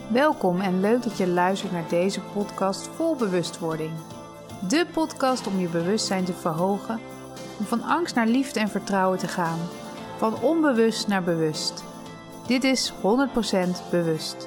Welkom en leuk dat je luistert naar deze podcast vol bewustwording. De podcast om je bewustzijn te verhogen, om van angst naar liefde en vertrouwen te gaan, van onbewust naar bewust. Dit is 100% bewust.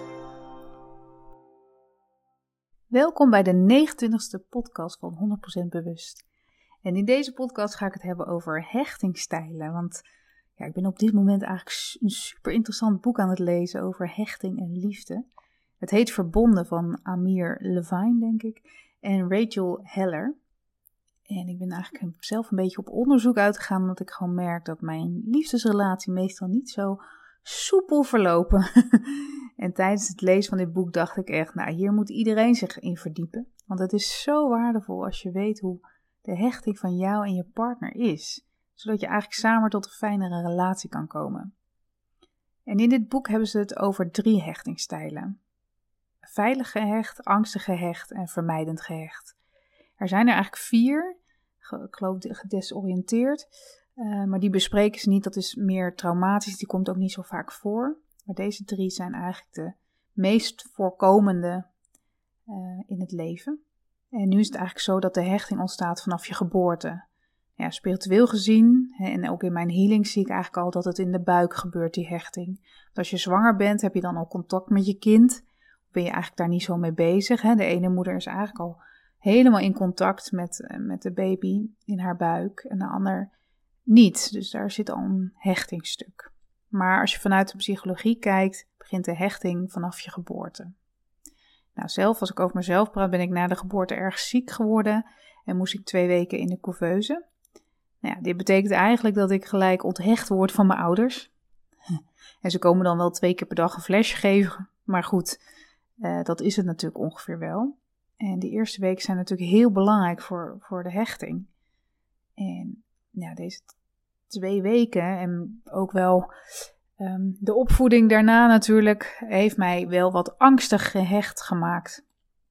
Welkom bij de 29e podcast van 100% bewust. En in deze podcast ga ik het hebben over hechtingsstijlen, want ik ben op dit moment eigenlijk een super interessant boek aan het lezen over hechting en liefde. Het heet Verbonden van Amir Levine, denk ik, en Rachel Heller. En ik ben eigenlijk zelf een beetje op onderzoek uitgegaan, omdat ik gewoon merk dat mijn liefdesrelatie meestal niet zo soepel verlopen. En tijdens het lezen van dit boek dacht ik echt, hier moet iedereen zich in verdiepen. Want het is zo waardevol als je weet hoe de hechting van jou en je partner is. Zodat je eigenlijk samen tot een fijnere relatie kan komen. En in dit boek hebben ze het over 3 hechtingsstijlen. Veilig gehecht, angstig gehecht en vermijdend gehecht. Er zijn er eigenlijk 4, ik geloof gedesoriënteerd, maar die bespreken ze niet, dat is meer traumatisch, die komt ook niet zo vaak voor. Maar deze 3 zijn eigenlijk de meest voorkomende in het leven. En nu is het eigenlijk zo dat de hechting ontstaat vanaf je geboorte. Ja, spiritueel gezien, en ook in mijn healing zie ik eigenlijk al dat het in de buik gebeurt, die hechting. Want als je zwanger bent, heb je dan al contact met je kind, ben je eigenlijk daar niet zo mee bezig. De ene moeder is eigenlijk al helemaal in contact met de baby in haar buik en de ander niet. Dus daar zit al een hechtingsstuk. Maar als je vanuit de psychologie kijkt, begint de hechting vanaf je geboorte. Zelf, als ik over mezelf praat, ben ik na de geboorte erg ziek geworden en moest ik 2 weken in de couveuse. Dit betekent eigenlijk dat ik gelijk onthecht word van mijn ouders. En ze komen dan wel 2 keer per dag een flesje geven, maar goed, dat is het natuurlijk ongeveer wel. En die eerste weken zijn natuurlijk heel belangrijk voor de hechting. En deze 2 weken en ook wel de opvoeding daarna natuurlijk heeft mij wel wat angstig gehecht gemaakt.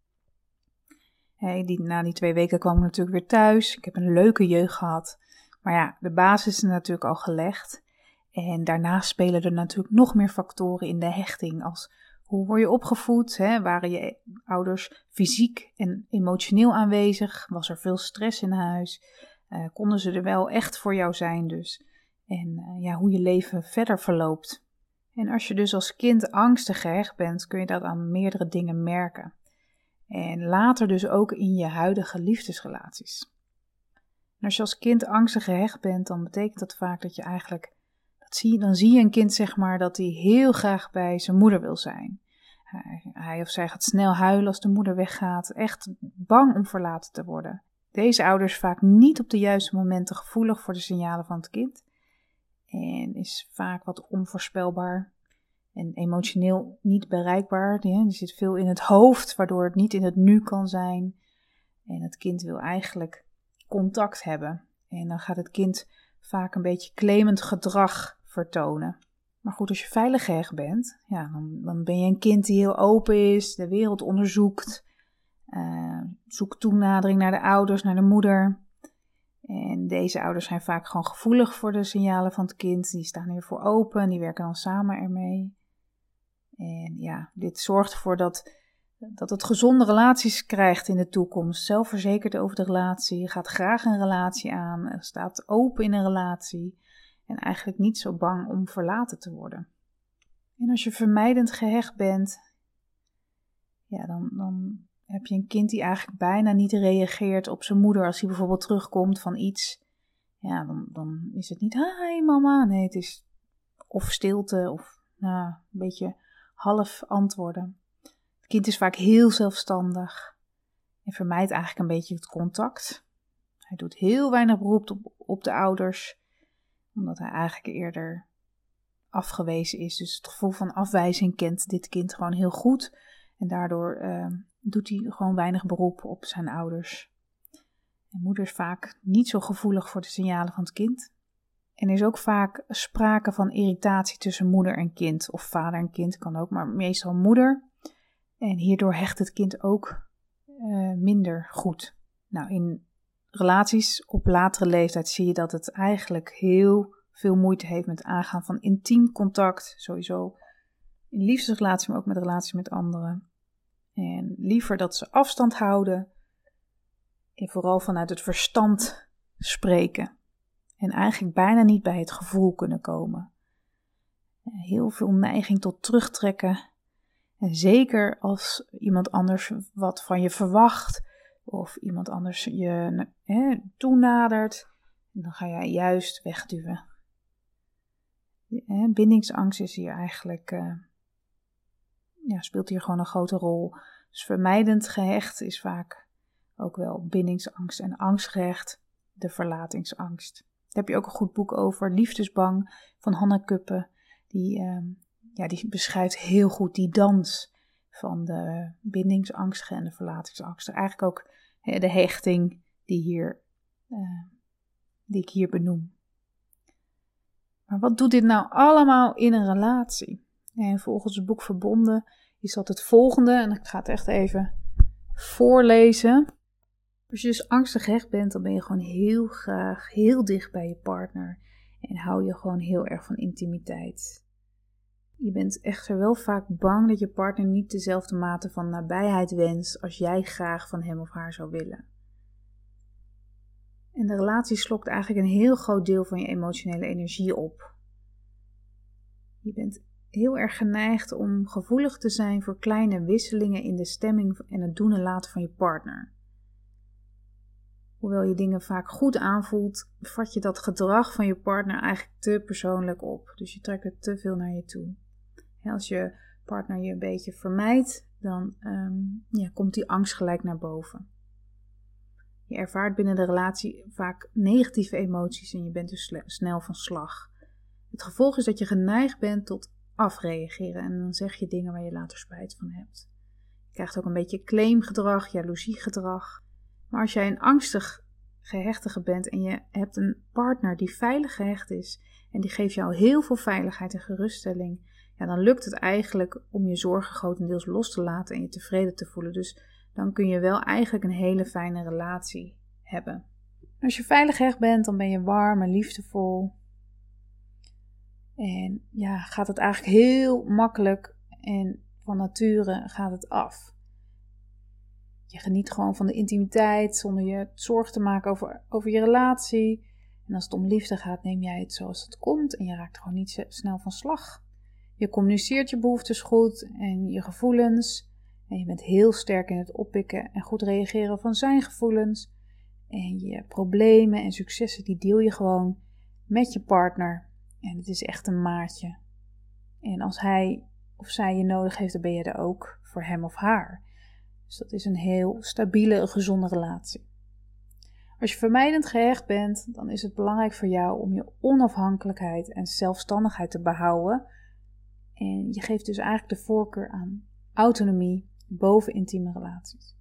Na die 2 weken kwam ik natuurlijk weer thuis. Ik heb een leuke jeugd gehad. Maar de basis is natuurlijk al gelegd. En daarnaast spelen er natuurlijk nog meer factoren in de hechting. Als hoe word je opgevoed? Waren je ouders fysiek en emotioneel aanwezig? Was er veel stress in huis? Konden ze er wel echt voor jou zijn dus? En hoe je leven verder verloopt. En als je dus als kind angstig gehecht bent, kun je dat aan meerdere dingen merken. En later dus ook in je huidige liefdesrelaties. En als je als kind angstig gehecht bent, dan betekent dat vaak dat je eigenlijk, dan zie je een kind zeg maar dat hij heel graag bij zijn moeder wil zijn. Hij of zij gaat snel huilen als de moeder weggaat, echt bang om verlaten te worden. Deze ouders vaak niet op de juiste momenten gevoelig voor de signalen van het kind. En is vaak wat onvoorspelbaar en emotioneel niet bereikbaar. Er zit veel in het hoofd, waardoor het niet in het nu kan zijn. En het kind wil eigenlijk contact hebben. En dan gaat het kind vaak een beetje claimend gedrag vertonen. Maar goed, als je veilig gehecht bent, dan ben je een kind die heel open is, de wereld onderzoekt. Zoekt toenadering naar de ouders, naar de moeder. En deze ouders zijn vaak gewoon gevoelig voor de signalen van het kind. Die staan hiervoor open en die werken dan samen ermee. En dit zorgt ervoor dat het gezonde relaties krijgt in de toekomst. Zelfverzekerd over de relatie. Je gaat graag een relatie aan. Staat open in een relatie. En eigenlijk niet zo bang om verlaten te worden. En als je vermijdend gehecht bent, dan heb je een kind die eigenlijk bijna niet reageert op zijn moeder als hij bijvoorbeeld terugkomt van iets. Dan is het niet, hi mama. Nee, het is of stilte of een beetje half antwoorden. Het kind is vaak heel zelfstandig en vermijdt eigenlijk een beetje het contact. Hij doet heel weinig beroep op de ouders, omdat hij eigenlijk eerder afgewezen is. Dus het gevoel van afwijzing kent dit kind gewoon heel goed. En daardoor doet hij gewoon weinig beroep op zijn ouders. En moeder is vaak niet zo gevoelig voor de signalen van het kind. En er is ook vaak sprake van irritatie tussen moeder en kind. Of vader en kind kan ook, maar meestal moeder. En hierdoor hecht het kind ook minder goed. In relaties op latere leeftijd zie je dat het eigenlijk heel veel moeite heeft met het aangaan van intiem contact. Sowieso In liefdesrelatie, maar ook met relaties met anderen. En liever dat ze afstand houden. En vooral vanuit het verstand spreken. En eigenlijk bijna niet bij het gevoel kunnen komen. Heel veel neiging tot terugtrekken. En zeker als iemand anders wat van je verwacht. Of iemand anders je toenadert. Dan ga jij juist wegduwen. Bindingsangst is hier eigenlijk, speelt hier gewoon een grote rol. Dus vermijdend gehecht is vaak ook wel bindingsangst. En angstgehecht, de verlatingsangst. Daar heb je ook een goed boek over, Liefdesbang, van Hanna Kuppe. Die beschrijft heel goed die dans van de bindingsangst en de verlatingsangst. Eigenlijk ook de hechting die ik hier benoem. Maar wat doet dit nou allemaal in een relatie? En volgens het boek Verbonden is dat het volgende. En ik ga het echt even voorlezen. Als je dus angstig gehecht bent, dan ben je gewoon heel graag heel dicht bij je partner. En hou je gewoon heel erg van intimiteit. Je bent echter wel vaak bang dat je partner niet dezelfde mate van nabijheid wenst als jij graag van hem of haar zou willen. En de relatie slokt eigenlijk een heel groot deel van je emotionele energie op. Je bent heel erg geneigd om gevoelig te zijn voor kleine wisselingen in de stemming en het doen en laten van je partner. Hoewel je dingen vaak goed aanvoelt, vat je dat gedrag van je partner eigenlijk te persoonlijk op. Dus je trekt het te veel naar je toe. En als je partner je een beetje vermijdt, dan komt die angst gelijk naar boven. Je ervaart binnen de relatie vaak negatieve emoties en je bent dus snel van slag. Het gevolg is dat je geneigd bent tot afreageren en dan zeg je dingen waar je later spijt van hebt. Je krijgt ook een beetje claimgedrag, jaloeziegedrag. Maar als jij een angstig gehechtige bent en je hebt een partner die veilig gehecht is en die geeft jou heel veel veiligheid en geruststelling, dan lukt het eigenlijk om je zorgen grotendeels los te laten en je tevreden te voelen. Dus dan kun je wel eigenlijk een hele fijne relatie hebben. Als je veilig gehecht bent, dan ben je warm en liefdevol. En gaat het eigenlijk heel makkelijk en van nature gaat het af. Je geniet gewoon van de intimiteit zonder je zorgen te maken over je relatie. En als het om liefde gaat, neem jij het zoals het komt en je raakt gewoon niet snel van slag. Je communiceert je behoeftes goed en je gevoelens. En je bent heel sterk in het oppikken en goed reageren van zijn gevoelens. En je problemen en successen, die deel je gewoon met je partner. En het is echt een maatje. En als hij of zij je nodig heeft, dan ben je er ook voor hem of haar. Dus dat is een heel stabiele, gezonde relatie. Als je vermijdend gehecht bent, dan is het belangrijk voor jou om je onafhankelijkheid en zelfstandigheid te behouden. En je geeft dus eigenlijk de voorkeur aan autonomie boven intieme relaties.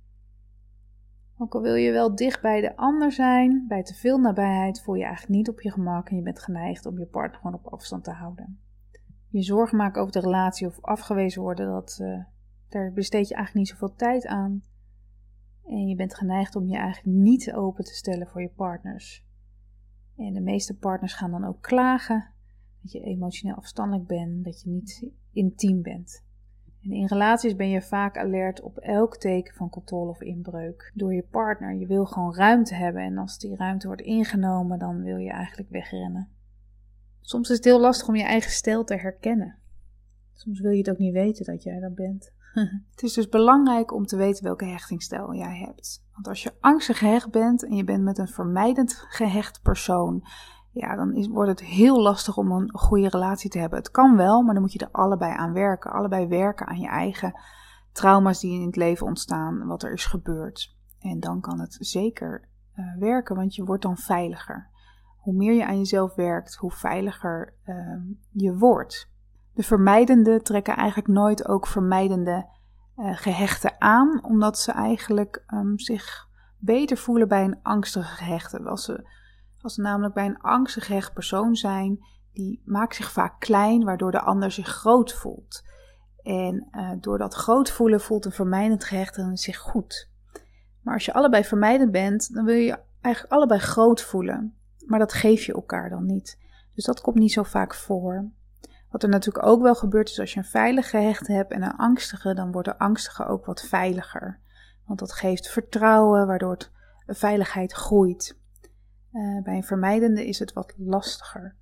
Ook al wil je wel dicht bij de ander zijn, bij te veel nabijheid voel je eigenlijk niet op je gemak en je bent geneigd om je partner gewoon op afstand te houden. Je zorgen maken over de relatie of afgewezen worden, daar besteed je eigenlijk niet zoveel tijd aan. En je bent geneigd om je eigenlijk niet open te stellen voor je partners. En de meeste partners gaan dan ook klagen dat je emotioneel afstandelijk bent, dat je niet intiem bent. En in relaties ben je vaak alert op elk teken van controle of inbreuk door je partner. Je wil gewoon ruimte hebben en als die ruimte wordt ingenomen, dan wil je eigenlijk wegrennen. Soms is het heel lastig om je eigen stijl te herkennen. Soms wil je het ook niet weten dat jij dat bent. Het is dus belangrijk om te weten welke hechtingsstijl jij hebt. Want als je angstig gehecht bent en je bent met een vermijdend gehecht persoon, dan wordt het heel lastig om een goede relatie te hebben. Het kan wel, maar dan moet je er allebei aan werken. Allebei werken aan je eigen trauma's die in het leven ontstaan, wat er is gebeurd. En dan kan het zeker werken, want je wordt dan veiliger. Hoe meer je aan jezelf werkt, hoe veiliger je wordt. De vermijdenden trekken eigenlijk nooit ook vermijdende gehechten aan, omdat ze eigenlijk zich beter voelen bij een angstige gehechte. Als ze namelijk bij een angstig gehecht persoon zijn, die maakt zich vaak klein, waardoor de ander zich groot voelt. En door dat groot voelen voelt een vermijdend gehechte zich goed. Maar als je allebei vermijdend bent, dan wil je eigenlijk allebei groot voelen. Maar dat geef je elkaar dan niet. Dus dat komt niet zo vaak voor. Wat er natuurlijk ook wel gebeurt is als je een veilige gehechte hebt en een angstige, dan wordt de angstige ook wat veiliger. Want dat geeft vertrouwen, waardoor de veiligheid groeit. Bij een vermijdende is het wat lastiger.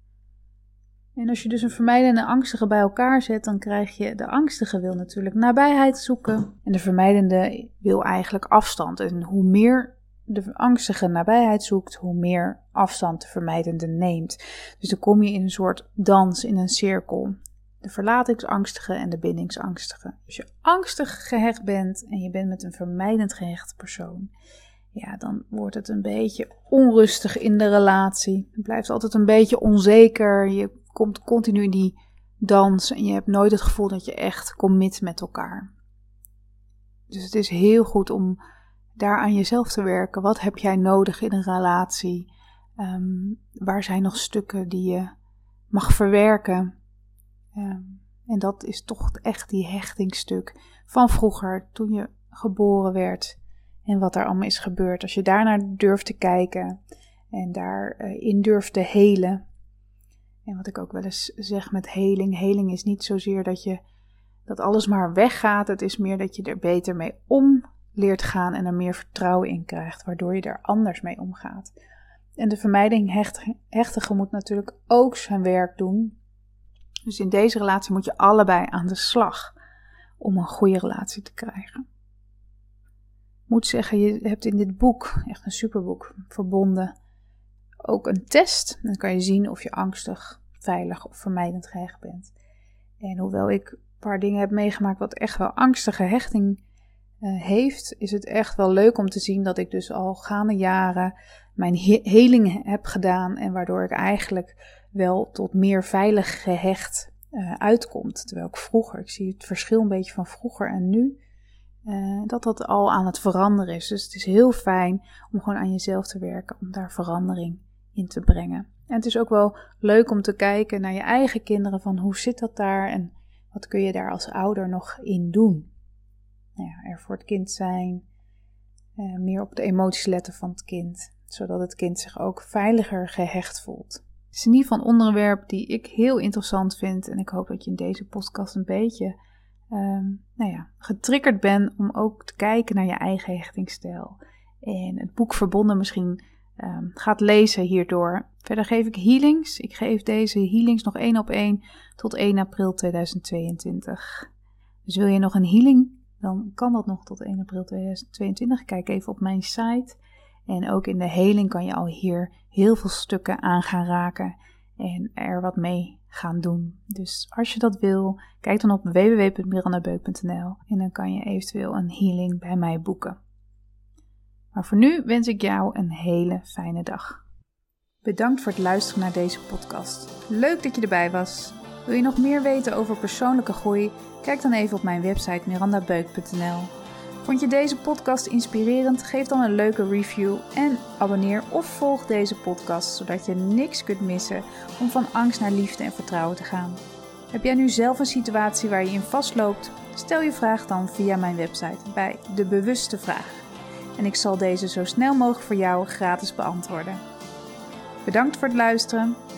En als je dus een vermijdende en angstige bij elkaar zet, dan krijg je de angstige wil natuurlijk nabijheid zoeken. En de vermijdende wil eigenlijk afstand. En hoe meer de angstige nabijheid zoekt, hoe meer afstand de vermijdende neemt. Dus dan kom je in een soort dans, in een cirkel. De verlatingsangstige en de bindingsangstige. Als je angstig gehecht bent en je bent met een vermijdend gehechte persoon, ja, dan wordt het een beetje onrustig in de relatie. Het blijft altijd een beetje onzeker. Je komt continu in die dans en je hebt nooit het gevoel dat je echt commit met elkaar. Dus het is heel goed om daar aan jezelf te werken. Wat heb jij nodig in een relatie? Waar zijn nog stukken die je mag verwerken? En dat is toch echt die hechtingstuk van vroeger, toen je geboren werd. En wat er allemaal is gebeurd. Als je daarnaar durft te kijken en daarin durft te helen. En wat ik ook wel eens zeg met heling. Heling is niet zozeer dat alles maar weggaat. Het is meer dat je er beter mee om leert gaan en er meer vertrouwen in krijgt. Waardoor je er anders mee omgaat. En de vermijding hechtige moet natuurlijk ook zijn werk doen. Dus in deze relatie moet je allebei aan de slag om een goede relatie te krijgen. Ik moet zeggen, je hebt in dit boek, echt een superboek, verbonden, ook een test. Dan kan je zien of je angstig, veilig of vermijdend gehecht bent. En hoewel ik een paar dingen heb meegemaakt wat echt wel angstige hechting heeft, is het echt wel leuk om te zien dat ik dus al gaande jaren mijn heling heb gedaan. En waardoor ik eigenlijk wel tot meer veilig gehecht uitkomt. Terwijl ik zie het verschil een beetje van vroeger en nu. Dat al aan het veranderen is. Dus het is heel fijn om gewoon aan jezelf te werken, om daar verandering in te brengen. En het is ook wel leuk om te kijken naar je eigen kinderen, van hoe zit dat daar en wat kun je daar als ouder nog in doen. Nou ja, er voor het kind zijn, meer op de emoties letten van het kind, zodat het kind zich ook veiliger gehecht voelt. Het is in ieder geval een onderwerp die ik heel interessant vind en ik hoop dat je in deze podcast een beetje getriggerd ben om ook te kijken naar je eigen hechtingsstijl. En het boek Verbonden misschien gaat lezen hierdoor. Verder geef ik healings. Ik geef deze healings nog 1 op 1 tot 1 april 2022. Dus wil je nog een healing, dan kan dat nog tot 1 april 2022. Kijk even op mijn site. En ook in de healing kan je al hier heel veel stukken aan gaan raken en er wat mee gaan doen. Dus als je dat wil, kijk dan op www.mirandabeuk.nl en dan kan je eventueel een healing bij mij boeken. Maar voor nu wens ik jou een hele fijne dag. Bedankt voor het luisteren naar deze podcast. Leuk dat je erbij was. Wil je nog meer weten over persoonlijke groei? Kijk dan even op mijn website mirandabeuk.nl. Vond je deze podcast inspirerend? Geef dan een leuke review en abonneer of volg deze podcast, zodat je niks kunt missen om van angst naar liefde en vertrouwen te gaan. Heb jij nu zelf een situatie waar je in vastloopt? Stel je vraag dan via mijn website bij De Bewuste Vraag. En ik zal deze zo snel mogelijk voor jou gratis beantwoorden. Bedankt voor het luisteren.